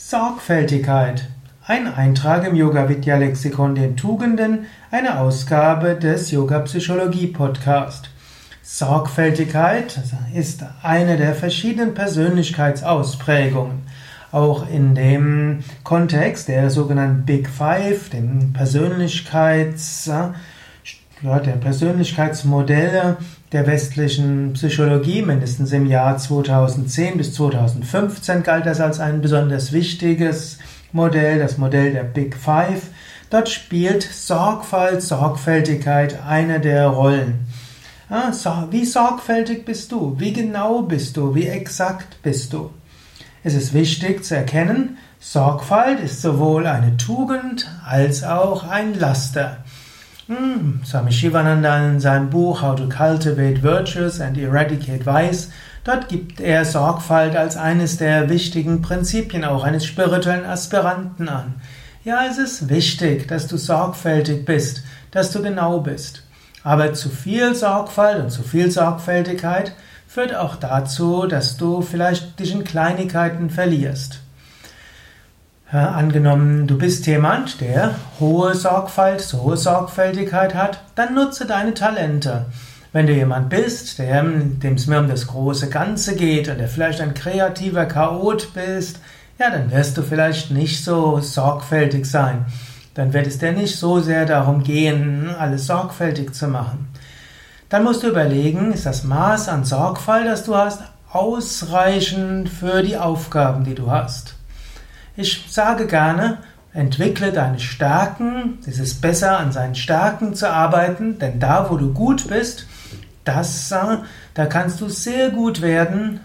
Sorgfältigkeit. Ein Eintrag im Yoga-Vidya-Lexikon den Tugenden, eine Ausgabe des Yoga-Psychologie-Podcast. Sorgfältigkeit ist eine der verschiedenen Persönlichkeitsausprägungen. Auch in dem Kontext der sogenannten Big Five, der Persönlichkeitsmodelle der westlichen Psychologie, mindestens im Jahr 2010 bis 2015 galt das als ein besonders wichtiges Modell, das Modell der Big Five. Dort spielt Sorgfalt, Sorgfältigkeit eine der Rollen. Wie sorgfältig bist du? Wie genau bist du? Wie exakt bist du? Es ist wichtig zu erkennen, Sorgfalt ist sowohl eine Tugend als auch ein Laster. Swami Shivananda in seinem Buch How to Cultivate Virtues and Eradicate Vice, dort gibt er Sorgfalt als eines der wichtigen Prinzipien auch eines spirituellen Aspiranten an. Ja, es ist wichtig, dass du sorgfältig bist, dass du genau bist. Aber zu viel Sorgfalt und zu viel Sorgfältigkeit führt auch dazu, dass du vielleicht dich in Kleinigkeiten verlierst. Angenommen, du bist jemand, der hohe Sorgfältigkeit hat, dann nutze deine Talente. Wenn du jemand bist, dem es mehr um das große Ganze geht und der vielleicht ein kreativer Chaot bist, ja, dann wirst du vielleicht nicht so sorgfältig sein. Dann wird es dir nicht so sehr darum gehen, alles sorgfältig zu machen. Dann musst du überlegen, ist das Maß an Sorgfalt, das du hast, ausreichend für die Aufgaben, die du hast? Ich sage gerne, entwickle deine Stärken. Es ist besser, an seinen Stärken zu arbeiten, denn da, wo du gut bist, da kannst du sehr gut werden,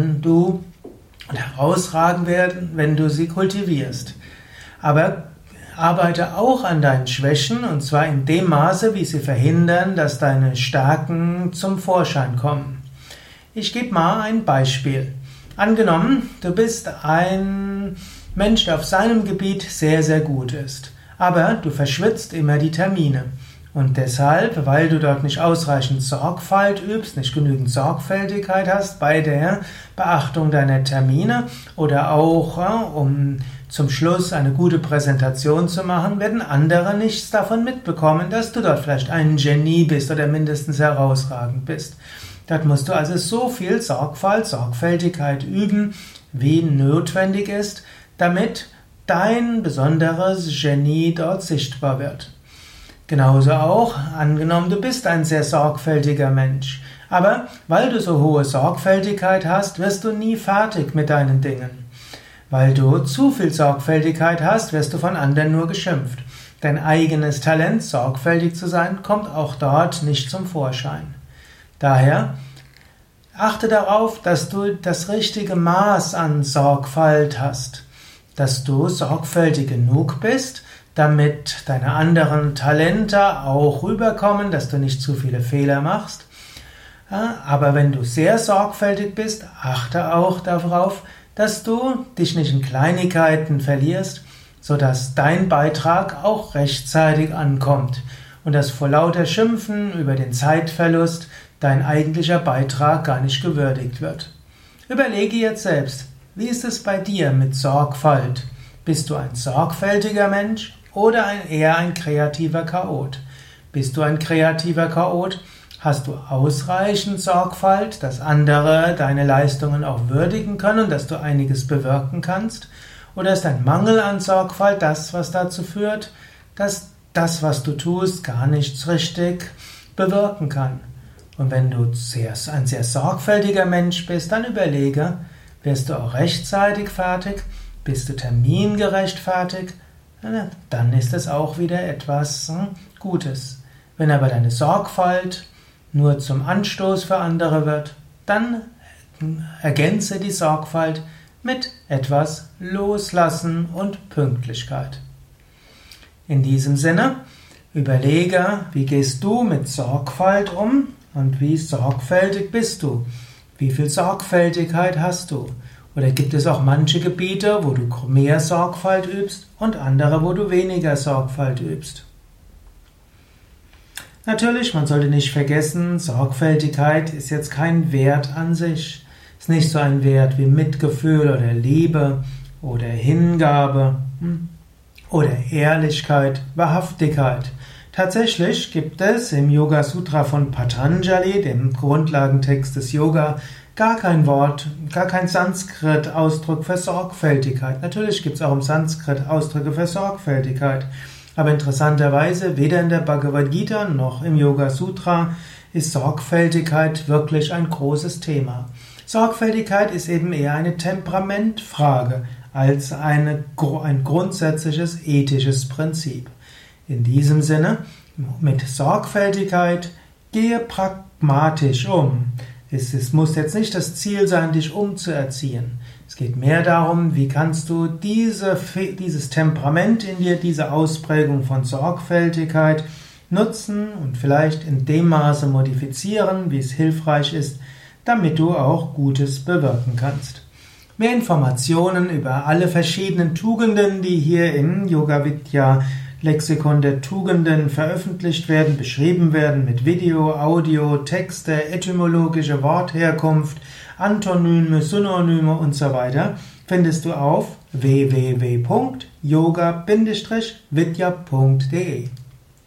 herausragen werden, wenn du sie kultivierst. Aber arbeite auch an deinen Schwächen, und zwar in dem Maße, wie sie verhindern, dass deine Stärken zum Vorschein kommen. Ich gebe mal ein Beispiel. Angenommen, du bist ein Mensch, der auf seinem Gebiet sehr, sehr gut ist. Aber du verschwitzt immer die Termine. Und deshalb, weil du dort nicht ausreichend Sorgfalt übst, nicht genügend Sorgfältigkeit hast bei der Beachtung deiner Termine oder auch, um zum Schluss eine gute Präsentation zu machen, werden andere nichts davon mitbekommen, dass du dort vielleicht ein Genie bist oder mindestens herausragend bist. Dort musst du also so viel Sorgfältigkeit üben, wie notwendig ist, damit dein besonderes Genie dort sichtbar wird. Genauso auch, angenommen, du bist ein sehr sorgfältiger Mensch, aber weil du so hohe Sorgfältigkeit hast, wirst du nie fertig mit deinen Dingen. Weil du zu viel Sorgfältigkeit hast, wirst du von anderen nur geschimpft. Dein eigenes Talent, sorgfältig zu sein, kommt auch dort nicht zum Vorschein. Daher achte darauf, dass du das richtige Maß an Sorgfalt hast, dass du sorgfältig genug bist, damit deine anderen Talente auch rüberkommen, dass du nicht zu viele Fehler machst. Aber wenn du sehr sorgfältig bist, achte auch darauf, dass du dich nicht in Kleinigkeiten verlierst, sodass dein Beitrag auch rechtzeitig ankommt und dass vor lauter Schimpfen über den Zeitverlust dein eigentlicher Beitrag gar nicht gewürdigt wird. Überlege jetzt selbst, wie ist es bei dir mit Sorgfalt? Bist du ein sorgfältiger Mensch oder eher ein kreativer Chaot? Bist du ein kreativer Chaot? Hast du ausreichend Sorgfalt, dass andere deine Leistungen auch würdigen können, dass du einiges bewirken kannst? Oder ist ein Mangel an Sorgfalt das, was dazu führt, dass das, was du tust, gar nichts richtig bewirken kann? Und wenn du ein sehr sorgfältiger Mensch bist, dann überlege, wirst du auch rechtzeitig fertig? Bist du termingerecht fertig? Dann ist es auch wieder etwas Gutes. Wenn aber deine Sorgfalt nur zum Anstoß für andere wird, dann ergänze die Sorgfalt mit etwas Loslassen und Pünktlichkeit. In diesem Sinne, überlege, wie gehst du mit Sorgfalt um und wie sorgfältig bist du? Wie viel Sorgfältigkeit hast du? Oder gibt es auch manche Gebiete, wo du mehr Sorgfalt übst und andere, wo du weniger Sorgfalt übst? Natürlich, man sollte nicht vergessen, Sorgfältigkeit ist jetzt kein Wert an sich. Ist nicht so ein Wert wie Mitgefühl oder Liebe oder Hingabe oder Ehrlichkeit, Wahrhaftigkeit. Tatsächlich gibt es im Yoga Sutra von Patanjali, dem Grundlagentext des Yoga, gar kein Wort, gar kein Sanskrit-Ausdruck für Sorgfältigkeit. Natürlich gibt es auch im Sanskrit Ausdrücke für Sorgfältigkeit. Aber interessanterweise, weder in der Bhagavad Gita noch im Yoga Sutra ist Sorgfältigkeit wirklich ein großes Thema. Sorgfältigkeit ist eben eher eine Temperamentfrage als ein grundsätzliches ethisches Prinzip. In diesem Sinne, mit Sorgfältigkeit gehe pragmatisch um. Es muss jetzt nicht das Ziel sein, dich umzuerziehen. Es geht mehr darum, wie kannst du dieses Temperament in dir, diese Ausprägung von Sorgfältigkeit nutzen und vielleicht in dem Maße modifizieren, wie es hilfreich ist, damit du auch Gutes bewirken kannst. Mehr Informationen über alle verschiedenen Tugenden, die hier im Yoga Vidya Lexikon der Tugenden veröffentlicht werden, beschrieben werden mit Video, Audio, Texte, etymologische Wortherkunft, Antonyme, Synonyme und so weiter, findest du auf www.yoga-vidya.de.